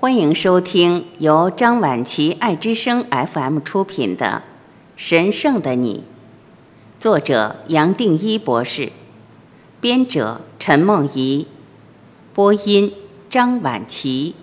欢迎收听由张晚琪爱之声 FM 出品的《神圣的你》，作者杨定一博士，编者陈梦怡，播音张晚琪。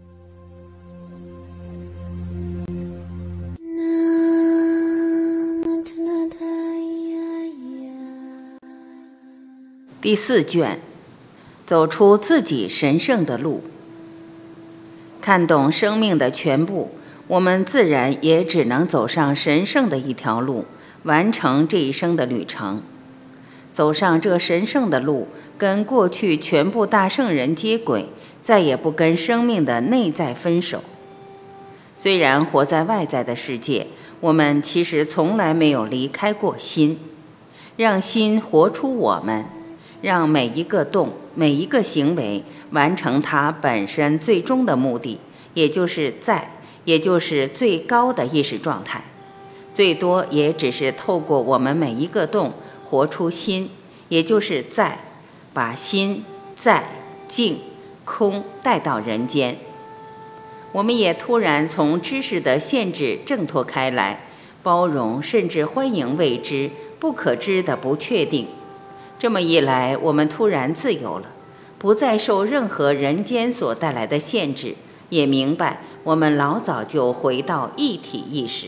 第4卷，走出自己神圣的路。看懂生命的全部，我们自然也只能走上神圣的一条路，完成这一生的旅程。走上这神圣的路，跟过去全部大圣人接轨，再也不跟生命的内在分手。虽然活在外在的世界，我们其实从来没有离开过心，让心活出我们，让每一个动、每一个行为完成它本身最终的目的，也就是在，也就是最高的意识状态。最多也只是透过我们每一个动活出心，也就是在，把心、在、静、空带到人间。我们也突然从知识的限制挣脱开来，包容甚至欢迎未知、不可知的不确定。这么一来，我们突然自由了，不再受任何人间所带来的限制，也明白我们老早就回到一体意识。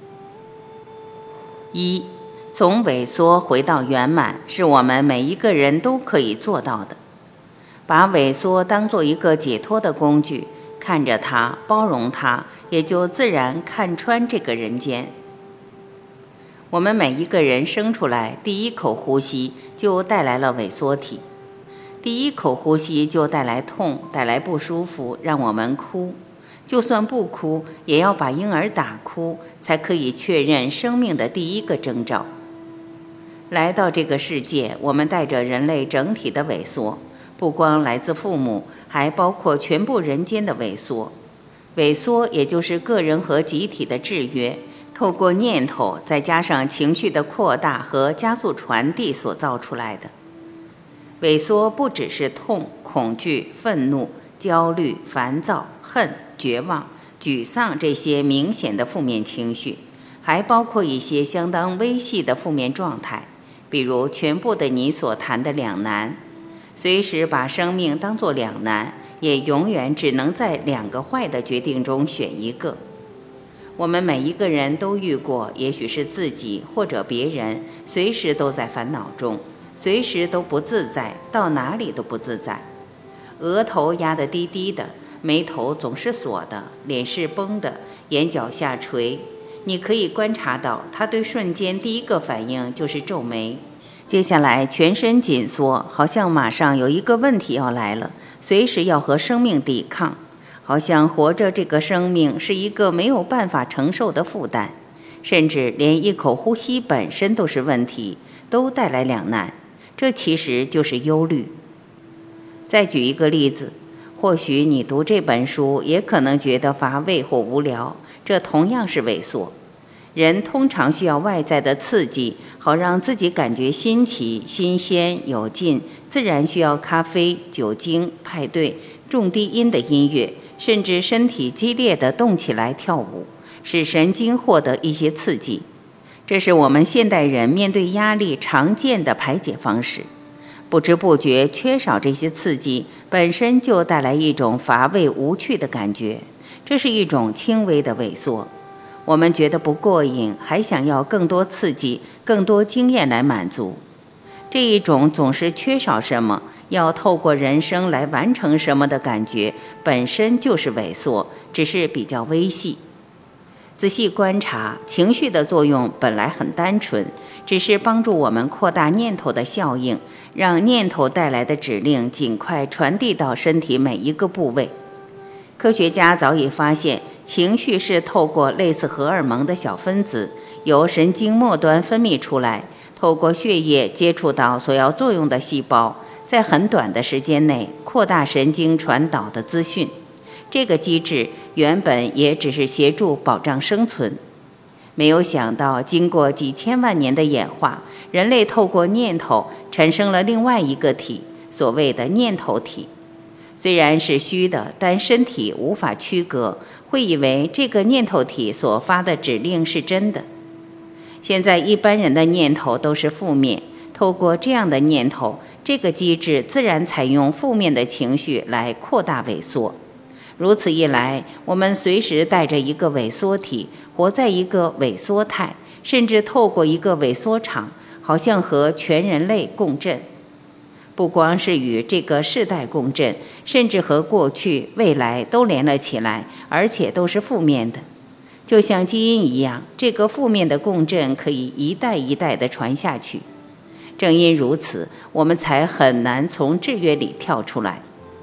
从萎缩回到圆满，是我们每一个人都可以做到的。把萎缩当作一个解脱的工具，看着它，包容它，也就自然看穿这个人间。我们每一个人生出来，第一口呼吸就带来了萎缩体，第一口呼吸就带来痛，带来不舒服，让我们哭。就算不哭，也要把婴儿打哭，才可以确认生命的第一个征兆。来到这个世界，我们带着人类整体的萎缩，不光来自父母，还包括全部人间的萎缩。萎缩也就是个人和集体的制约，透过念头再加上情绪的扩大和加速传递所造出来的。萎缩不只是痛、恐惧、愤怒、焦虑、烦躁、恨、绝望、沮丧这些明显的负面情绪，还包括一些相当微细的负面状态，比如全部的你所谈的两难。随时把生命当作两难，也永远只能在2个坏的决定中选一个。我们每一个人都遇过，也许是自己或者别人，随时都在烦恼中，随时都不自在，到哪里都不自在。额头压得低低的，眉头总是锁的，脸是绷的，眼角下垂。你可以观察到，他对瞬间第一个反应就是皱眉，接下来全身紧缩，好像马上有一个问题要来了，随时要和生命抵抗。好像活着这个生命是一个没有办法承受的负担，甚至连一口呼吸本身都是问题，都带来两难。这其实就是忧虑。再举一个例子，或许你读这本书也可能觉得乏味或无聊，这同样是萎缩。人通常需要外在的刺激，好让自己感觉新奇、新鲜、有劲，自然需要咖啡、酒精、派对、重低音的音乐，甚至身体激烈地动起来跳舞，使神经获得一些刺激。这是我们现代人面对压力常见的排解方式。不知不觉缺少这些刺激，本身就带来一种乏味无趣的感觉，这是一种轻微的萎缩。我们觉得不过瘾，还想要更多刺激、更多经验来满足。这一种总是缺少什么，要透过人生来完成什么的感觉，本身就是萎缩，只是比较微细。仔细观察，情绪的作用本来很单纯，只是帮助我们扩大念头的效应，让念头带来的指令尽快传递到身体每一个部位。科学家早已发现，情绪是透过类似荷尔蒙的小分子，由神经末端分泌出来，透过血液接触到所要作用的细胞，在很短的时间内扩大神经传导的资讯。这个机制原本也只是协助保障生存，没有想到经过几千万年的演化，人类透过念头产生了另外一个体，所谓的念头体。 虽然是虚的，但身体无法区隔，会以为这个念头体所发的指令是真的。现在一般人的念头都是负面，透过这样的念头，这个机制自然采用负面的情绪来扩大萎缩。如此一来，我们随时带着一个萎缩体，活在一个萎缩态，甚至透过一个萎缩场，好像和全人类共振。不光是与这个世代共振，甚至和过去、未来都连了起来，而且都是负面的。就像基因一样，这个负面的共振可以一代一代地传下去。正因如此，我们才很难从制约里跳出来。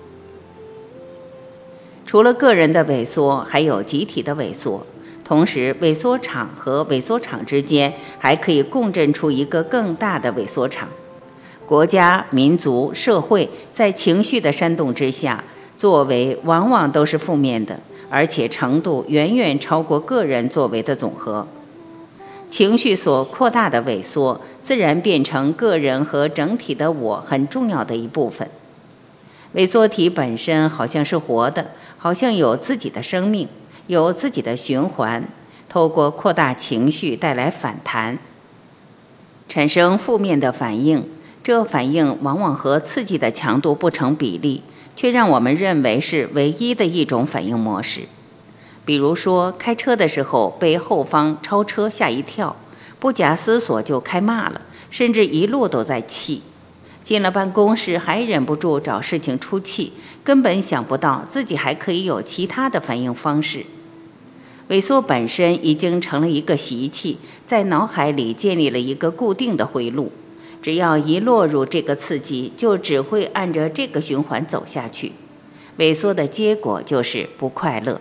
除了个人的萎缩，还有集体的萎缩。同时，萎缩场和萎缩场之间还可以共振出一个更大的萎缩场。国家、民族、社会在情绪的煽动之下，作为往往都是负面的，而且程度远远超过个人作为的总和。情绪所扩大的萎缩，自然变成个人和整体的我很重要的一部分。萎缩体本身好像是活的，好像有自己的生命，有自己的循环，透过扩大情绪带来反弹，产生负面的反应。这反应往往和刺激的强度不成比例，却让我们认为是唯一的一种反应模式。比如说，开车的时候被后方超车吓一跳，不假思索就开骂了，甚至一路都在气。进了办公室还忍不住找事情出气，根本想不到自己还可以有其他的反应方式。萎缩本身已经成了一个习气，在脑海里建立了一个固定的回路。只要一落入这个刺激，就只会按着这个循环走下去。萎缩的结果就是不快乐。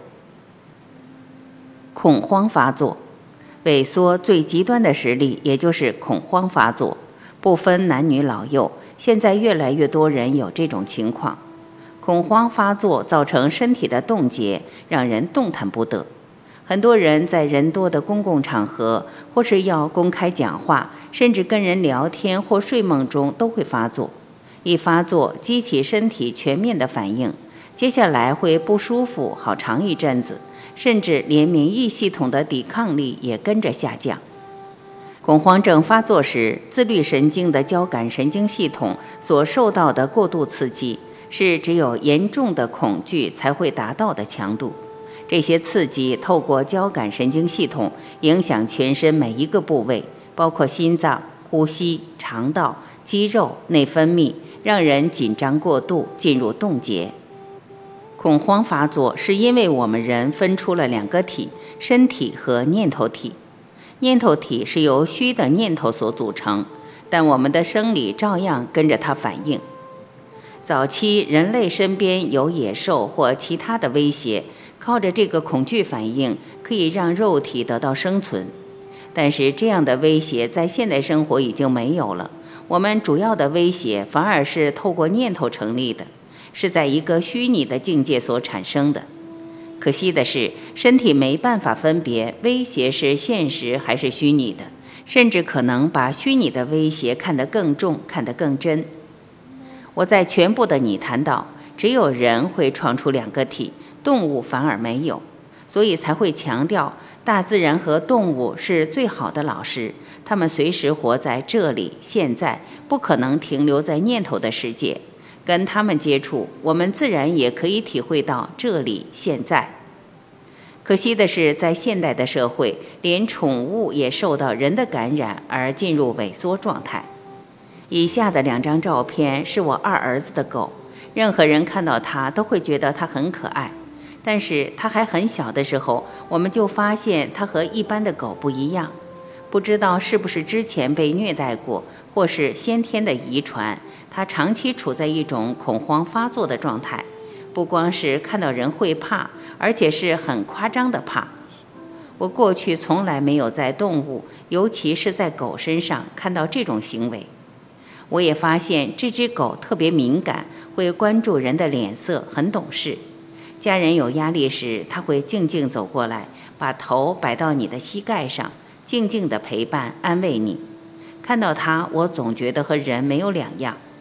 恐慌发作，萎缩最极端的实例也就是恐慌发作，不分男女老幼，现在越来越多人有这种情况。恐慌发作造成身体的冻结，让人动弹不得。很多人在人多的公共场合，或是要公开讲话，甚至跟人聊天或睡梦中都会发作。一发作，激起身体全面的反应，接下来会不舒服好长一阵子，甚至连免疫系统的抵抗力也跟着下降。恐慌症发作时，自律神经的交感神经系统所受到的过度刺激，是只有严重的恐惧才会达到的强度。这些刺激透过交感神经系统影响全身每一个部位，包括心脏、呼吸、肠道、肌肉、内分泌，让人紧张过度，进入冻结。恐慌发作是因为我们人分出了两个体，身体和念头体。念头体是由虚的念头所组成，但我们的生理照样跟着它反应。早期人类身边有野兽或其他的威胁，靠着这个恐惧反应可以让肉体得到生存。但是这样的威胁在现代生活已经没有了，我们主要的威胁反而是透过念头成立的，是在一个虚拟的境界所产生的。可惜的是，身体没办法分别威胁是现实还是虚拟的，甚至可能把虚拟的威胁看得更重，看得更真。我在全部的你谈到，只有人会创出两个体，动物反而没有，所以才会强调大自然和动物是最好的老师，他们随时活在这里现在，不可能停留在念头的世界。跟他们接触，我们自然也可以体会到这里现在。可惜的是，在现代的社会，连宠物也受到人的感染而进入萎缩状态。以下的2张照片是我2儿子的狗，任何人看到它都会觉得它很可爱。但是它还很小的时候，我们就发现它和一般的狗不一样。不知道是不是之前被虐待过，或是先天的遗传，它长期处在一种恐慌发作的状态，不光是看到人会怕，而且是很夸张的怕。我过去从来没有在动物，尤其是在狗身上看到这种行为。我也发现这只狗特别敏感，会关注人的脸色，很懂事。家人有压力时，它会静静走过来，把头摆到你的膝盖上，静静地陪伴安慰你。看到它，我总觉得和人没有两样。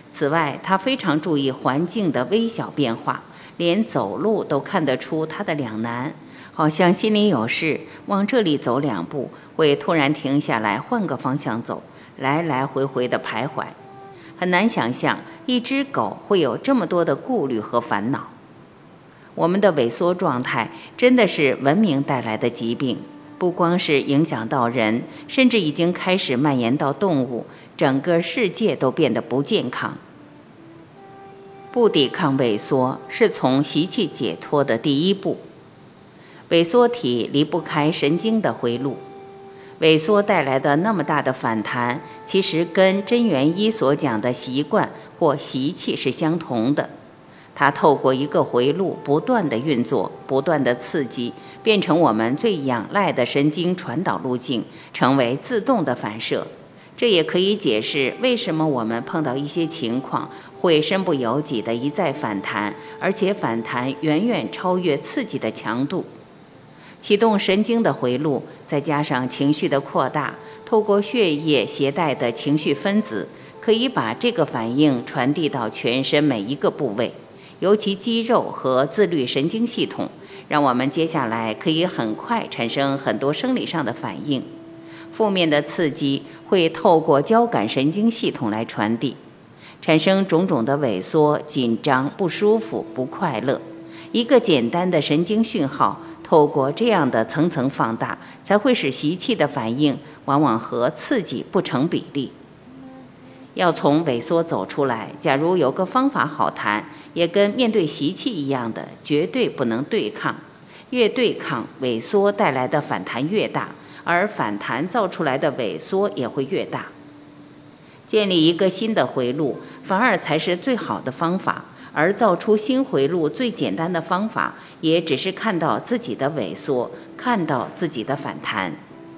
此外，他非常注意环境的微小变化，连走路都看得出他的两难，好像心里有事，往这里走2步，会突然停下来换个方向走，来来回回的徘徊。很难想象一只狗会有这么多的顾虑和烦恼。我们的萎缩状态真的是文明带来的疾病，不光是影响到人，甚至已经开始蔓延到动物，整个世界都变得不健康。不抵抗萎缩是从习气解脱的第一步。萎缩体离不开神经的回路，萎缩带来的那么大的反弹，其实跟真元一所讲的习惯或习气是相同的。它透过一个回路不断的运作，不断的刺激，变成我们最仰赖的神经传导路径，成为自动的反射。这也可以解释为什么我们碰到一些情况会身不由己的一再反弹，而且反弹远远超越刺激的强度。启动神经的回路，再加上情绪的扩大，透过血液携带的情绪分子，可以把这个反应传递到全身每一个部位，尤其肌肉和自律神经系统，让我们接下来可以很快产生很多生理上的反应。负面的刺激会透过交感神经系统来传递，产生种种的萎缩、紧张、不舒服、不快乐。一个简单的神经讯号，透过这样的层层放大，才会使习气的反应往往和刺激不成比例。要从萎缩走出来，假如有个方法好谈，也跟面对习气一样的，绝对不能对抗。越对抗，萎缩带来的反弹越大，而反弹造出来的萎缩也会越大。建立一个新的回路，反而才是最好的方法，而造出新回路最简单的方法，也只是看到自己的萎缩，看到自己的反弹。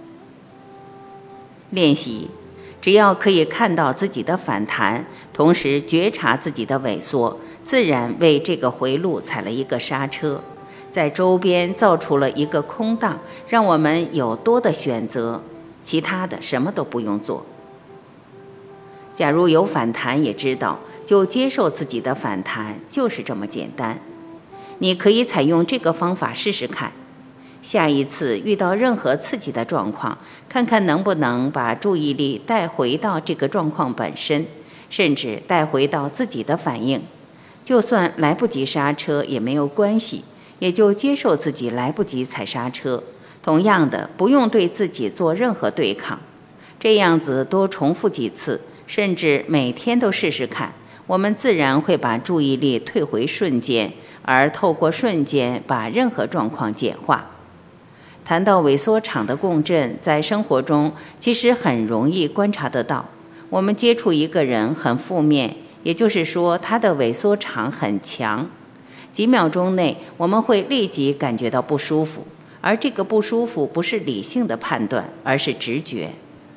练习，只要可以看到自己的反弹，同时觉察自己的萎缩，自然为这个回路踩了一个刹车，在周边造出了一个空档，让我们有多的选择，其他的什么都不用做。假如有反弹也知道，就接受自己的反弹，就是这么简单。你可以采用这个方法试试看，下一次遇到任何刺激的状况，看看能不能把注意力带回到这个状况本身，甚至带回到自己的反应。就算来不及刹车也没有关系，也就接受自己来不及踩刹车。同样的，不用对自己做任何对抗。这样子多重复几次，甚至每天都试试看，我们自然会把注意力退回瞬间，而透过瞬间把任何状况简化。谈到萎缩场的共振，在生活中其实很容易观察得到。我们接触一个人很负面，也就是说他的萎缩场很强，几秒钟内我们会立即感觉到不舒服，而这个不舒服不是理性的判断，而是直觉。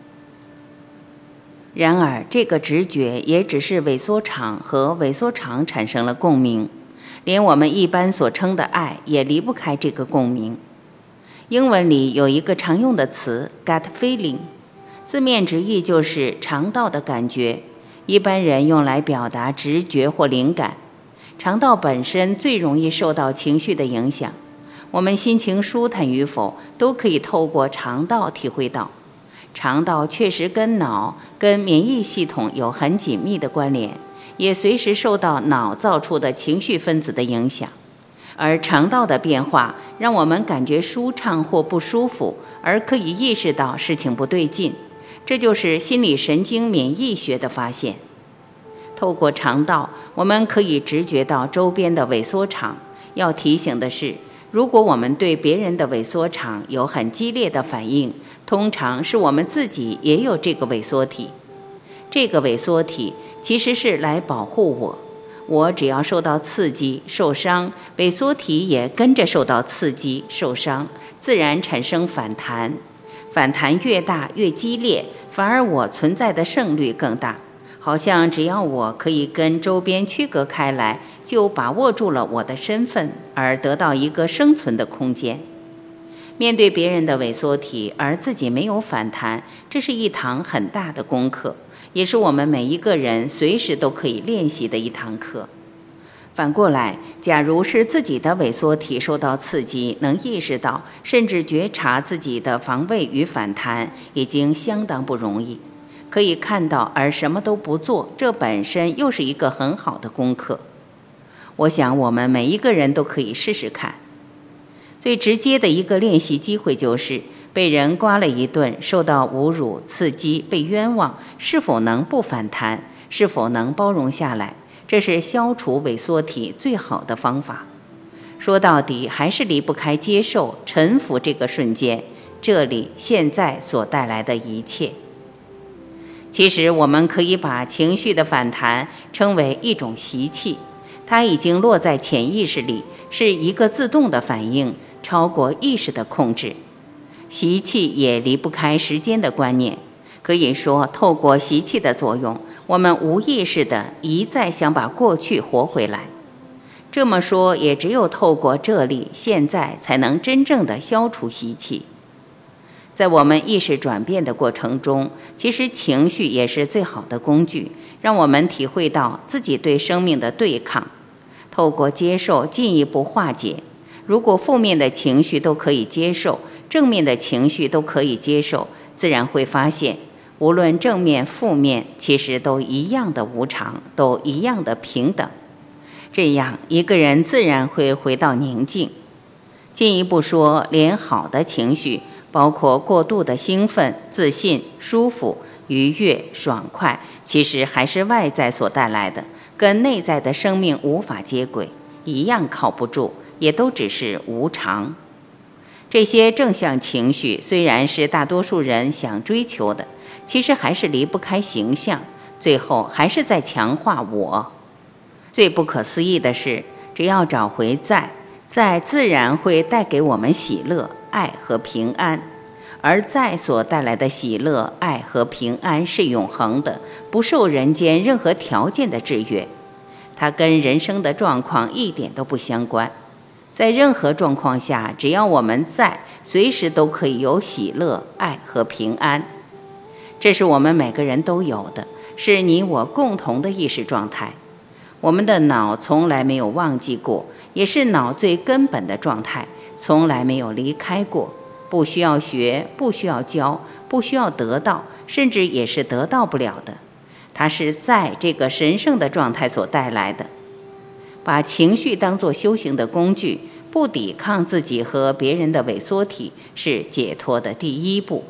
然而这个直觉也只是萎缩场和萎缩场产生了共鸣，连我们一般所称的爱也离不开这个共鸣。英文里有一个常用的词 gut feeling， 字面直译就是肠道的感觉，一般人用来表达直觉或灵感。肠道本身最容易受到情绪的影响，我们心情舒坦与否都可以透过肠道体会到。肠道确实跟脑、跟免疫系统有很紧密的关联，也随时受到脑造出的情绪分子的影响。而肠道的变化让我们感觉舒畅或不舒服，而可以意识到事情不对劲，这就是心理神经免疫学的发现。透过肠道，我们可以直觉到周边的萎缩场。要提醒的是，如果我们对别人的萎缩场有很激烈的反应，通常是我们自己也有这个萎缩体。这个萎缩体其实是来保护我，我只要受到刺激受伤，萎缩体也跟着受到刺激受伤，自然产生反弹。反弹越大越激烈，反而我存在的胜率更大。好像只要我可以跟周边区隔开来，就把握住了我的身份，而得到一个生存的空间。面对别人的萎缩体而自己没有反弹，这是一堂很大的功课， 也是我们每一个人随时都可以练习的一堂课。反过来，假如是自己的萎缩体受到刺激，能意识到甚至觉察自己的防卫与反弹，已经相当不容易。可以看到而什么都不做，这本身又是一个很好的功课。我想我们每一个人都可以试试看。最直接的一个练习机会就是被人刮了一顿，受到侮辱、刺激、被冤枉，是否能不反弹，是否能包容下来，这是消除萎缩体最好的方法。说到底，还是离不开接受、臣服这个瞬间，这里现在所带来的一切。其实我们可以把情绪的反弹称为一种习气，它已经落在潜意识里，是一个自动的反应，超过意识的控制。习气也离不开时间的观念，可以说透过习气的作用，我们无意识地一再想把过去活回来。这么说，也只有透过这里现在，才能真正地消除习气。在我们意识转变的过程中，其实情绪也是最好的工具，让我们体会到自己对生命的对抗，透过接受进一步化解。如果负面的情绪都可以接受，正面的情绪都可以接受，自然会发现无论正面负面，其实都一样的无常，都一样的平等。这样一个人自然会回到宁静。进一步说，连好的情绪，包括过度的兴奋、自信、舒服、愉悦、爽快，其实还是外在所带来的，跟内在的生命无法接轨，一样靠不住，也都只是无常。这些正向情绪虽然是大多数人想追求的，其实还是离不开形象，最后还是在强化我。最不可思议的是，只要找回在自然会带给我们喜乐、爱和平安。而在所带来的喜乐、爱和平安是永恒的，不受人间任何条件的制约，它跟人生的状况一点都不相关。在任何状况下，只要我们在，随时都可以有喜乐、爱和平安。这是我们每个人都有的，是你我共同的意识状态。我们的脑从来没有忘记过，也是脑最根本的状态，从来没有离开过。不需要学，不需要教，不需要得到，甚至也是得到不了的。它是在这个神圣的状态所带来的。把情绪当作修行的工具，不抵抗自己和别人的萎缩体，是解脱的第一步。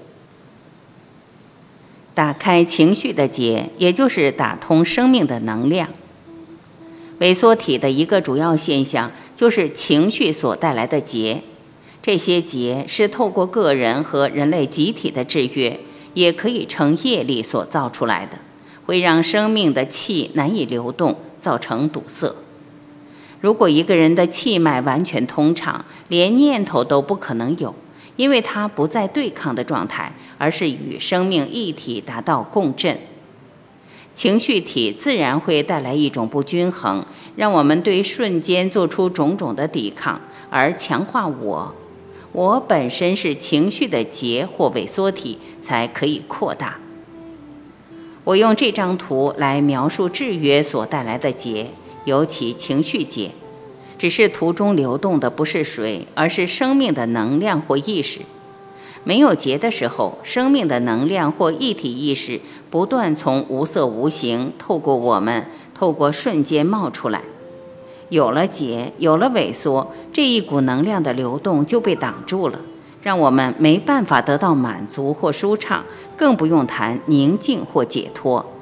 打开情绪的结，也就是打通生命的能量。萎缩体的一个主要现象就是情绪所带来的结，这些结是透过个人和人类集体的制约，也可以称业力所造出来的，会让生命的气难以流动，造成堵塞。如果一个人的气脉完全通畅，连念头都不可能有，因为他不在对抗的状态，而是与生命一体达到共振。情绪体自然会带来一种不均衡，让我们对瞬间做出种种的抵抗，而强化我本身是情绪的结或萎缩体，才可以扩大。我用这张图来描述制约所带来的结，尤其情绪结。只是图中流动的不是水，而是生命的能量或意识。没有结的时候，生命的能量或一体意识不断从无色无形透过我们，透过瞬间冒出来。有了结，有了萎缩，这一股能量的流动就被挡住了，让我们没办法得到满足或舒畅，更不用谈宁静或解脱。